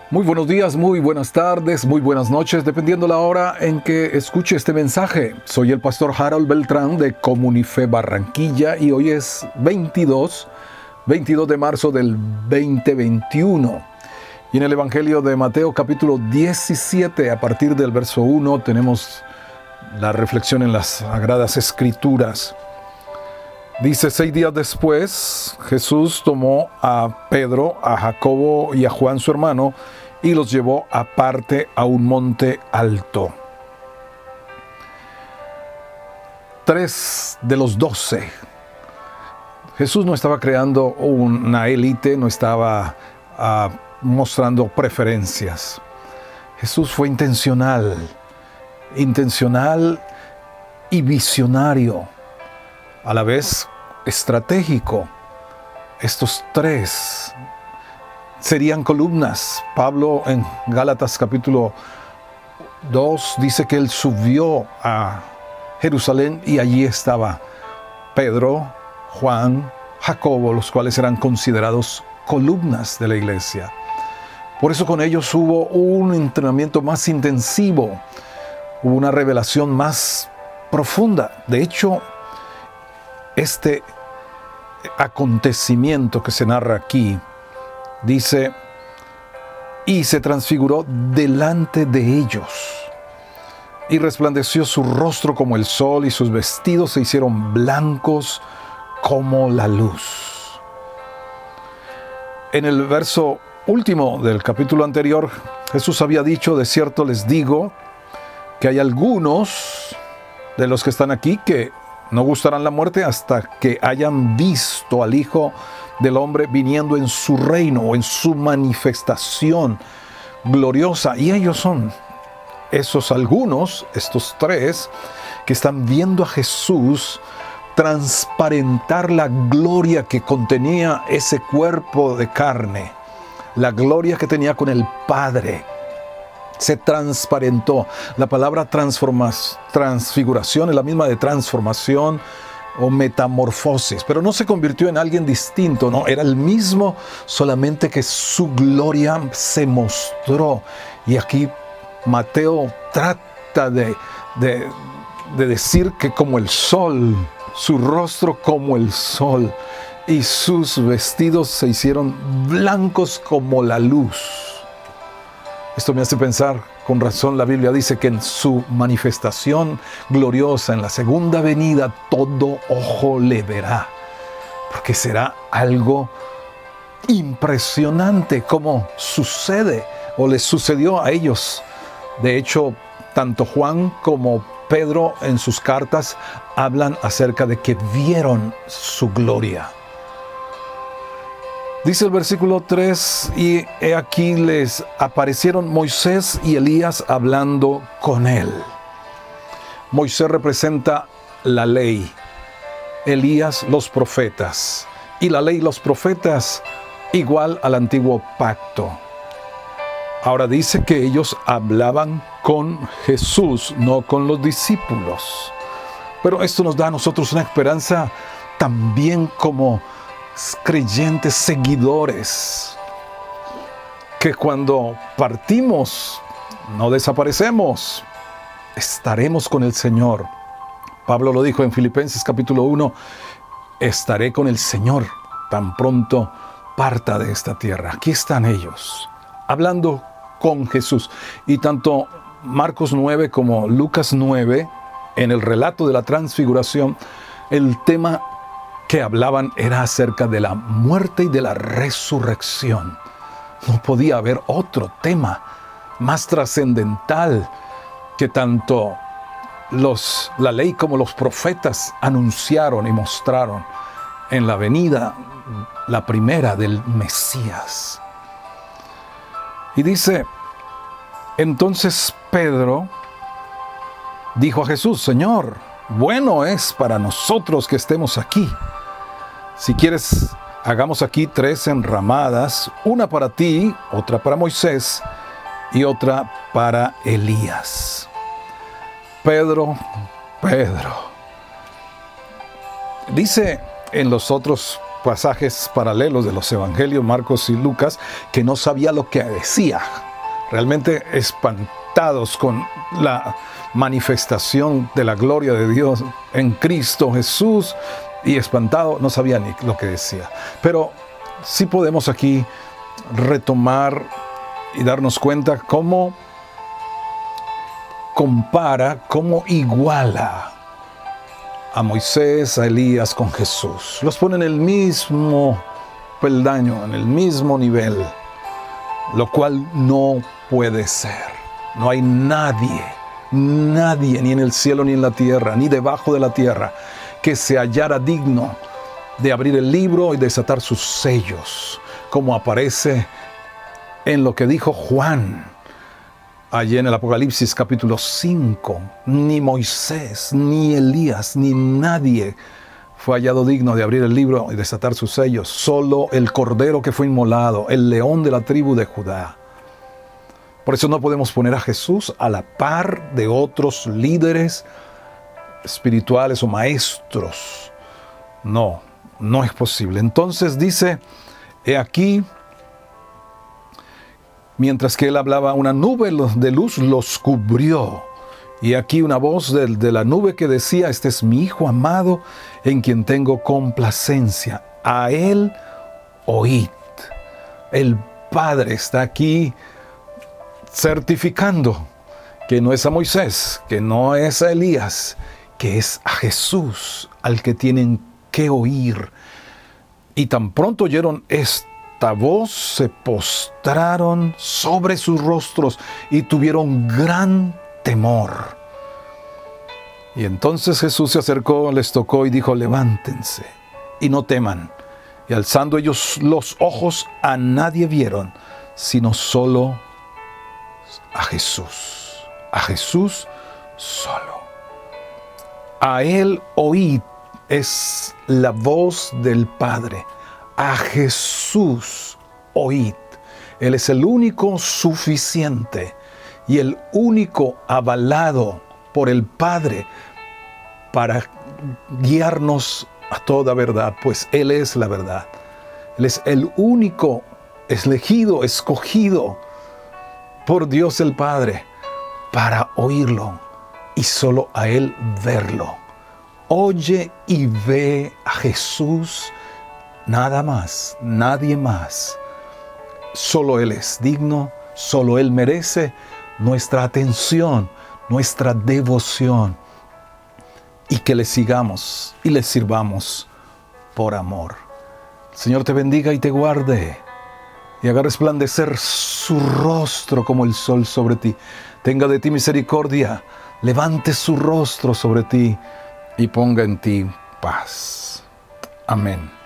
Muy buenos días, muy buenas tardes, muy buenas noches, dependiendo la hora en que escuche este mensaje. Soy el pastor Harold Beltrán de Comunife Barranquilla y hoy es 22 de marzo del 2021. Y en el Evangelio de Mateo capítulo 17, a partir del verso 1, tenemos la reflexión en las Sagradas Escrituras. Dice: 6 días después, Jesús tomó a Pedro, a Jacobo y a Juan su hermano, y los llevó aparte a un monte alto. 3 de los 12. Jesús no estaba creando una élite, no estaba mostrando preferencias. Jesús fue intencional y visionario, a la vez estratégico. Estos 3 serían columnas. Pablo en Gálatas capítulo 2 dice que él subió a Jerusalén y allí estaba Pedro, Juan, Jacobo, los cuales eran considerados columnas de la iglesia. Por eso con ellos hubo un entrenamiento más intensivo, hubo una revelación más profunda. De hecho, este acontecimiento que se narra aquí dice: y se transfiguró delante de ellos, y resplandeció su rostro como el sol, y sus vestidos se hicieron blancos como la luz. En el verso último del capítulo anterior, Jesús había dicho: de cierto les digo que hay algunos de los que están aquí que no gustarán la muerte hasta que hayan visto al Hijo del Hombre viniendo en su reino o en su manifestación gloriosa. Y ellos son esos algunos, estos 3, que están viendo a Jesús transparentar la gloria que contenía ese cuerpo de carne, la gloria que tenía con el Padre. Se transparentó. La palabra transfiguración es la misma de transformación o metamorfosis, pero no se convirtió en alguien distinto, no, era el mismo, solamente que su gloria se mostró. Y aquí Mateo trata de decir que como el sol, su rostro como el sol, y sus vestidos se hicieron blancos como la luz. Esto me hace pensar, con razón la Biblia dice que en su manifestación gloriosa, en la segunda venida, todo ojo le verá, porque será algo impresionante, como sucede o les sucedió a ellos. De hecho, tanto Juan como Pedro en sus cartas hablan acerca de que vieron su gloria. Dice el versículo 3: y he aquí les aparecieron Moisés y Elías hablando con él. Moisés representa la ley, Elías los profetas, y la ley y los profetas igual al antiguo pacto. Ahora dice que ellos hablaban con Jesús, no con los discípulos. Pero esto nos da a nosotros una esperanza también como creyentes, seguidores, que cuando partimos no desaparecemos, estaremos con el Señor. Pablo lo dijo en Filipenses capítulo 1: estaré con el Señor tan pronto parta de esta tierra. Aquí están ellos, hablando con Jesús. Y tanto Marcos 9 como Lucas 9, en el relato de la transfiguración, el tema que hablaban era acerca de la muerte y de la resurrección. No podía haber otro tema más trascendental que tanto la ley como los profetas anunciaron y mostraron en la venida, la primera del Mesías. Y dice: entonces Pedro dijo a Jesús: Señor, bueno es para nosotros que estemos aquí. Si quieres, hagamos aquí 3 enramadas, una para ti, otra para Moisés y otra para Elías. Pedro. Dice en los otros pasajes paralelos de los evangelios, Marcos y Lucas, que no sabía lo que decía. Realmente espantados con la manifestación de la gloria de Dios en Cristo Jesús, y espantado, no sabía ni lo que decía. Pero sí podemos aquí retomar y darnos cuenta cómo compara, cómo iguala a Moisés, a Elías con Jesús. Los pone en el mismo peldaño, en el mismo nivel, lo cual no puede ser. No hay nadie, ni en el cielo ni en la tierra, ni debajo de la tierra, que se hallara digno de abrir el libro y desatar sus sellos, como aparece en lo que dijo Juan allí en el Apocalipsis capítulo 5. Ni Moisés, ni Elías, ni nadie fue hallado digno de abrir el libro y desatar sus sellos. Solo el Cordero que fue inmolado, el león de la tribu de Judá. Por eso no podemos poner a Jesús a la par de otros líderes espirituales o maestros. No es posible. Entonces dice, he aquí, mientras que él hablaba, una nube de luz los cubrió. Y aquí una voz de la nube que decía, este es mi Hijo amado, en quien tengo complacencia. A él oíd. El Padre está aquí certificando que no es a Moisés, que no es a Elías, que es a Jesús al que tienen que oír. Y tan pronto oyeron esta voz, se postraron sobre sus rostros y tuvieron gran temor. Y entonces Jesús se acercó, les tocó y dijo, levántense y no teman. Y alzando ellos los ojos, a nadie vieron, sino solo a Jesús solo. A él oíd, es la voz del Padre. A Jesús oíd. Él es el único suficiente y el único avalado por el Padre para guiarnos a toda verdad, pues Él es la verdad. Él es el único elegido, escogido por Dios el Padre para oírlo y solo a Él verlo. Oye y ve a Jesús, nada más, nadie más. Solo Él es digno, solo Él merece nuestra atención, nuestra devoción, y que le sigamos y le sirvamos por amor. El Señor te bendiga y te guarde, y haga resplandecer su rostro como el sol sobre ti. Tenga de ti misericordia, levante su rostro sobre ti y ponga en ti paz. Amén.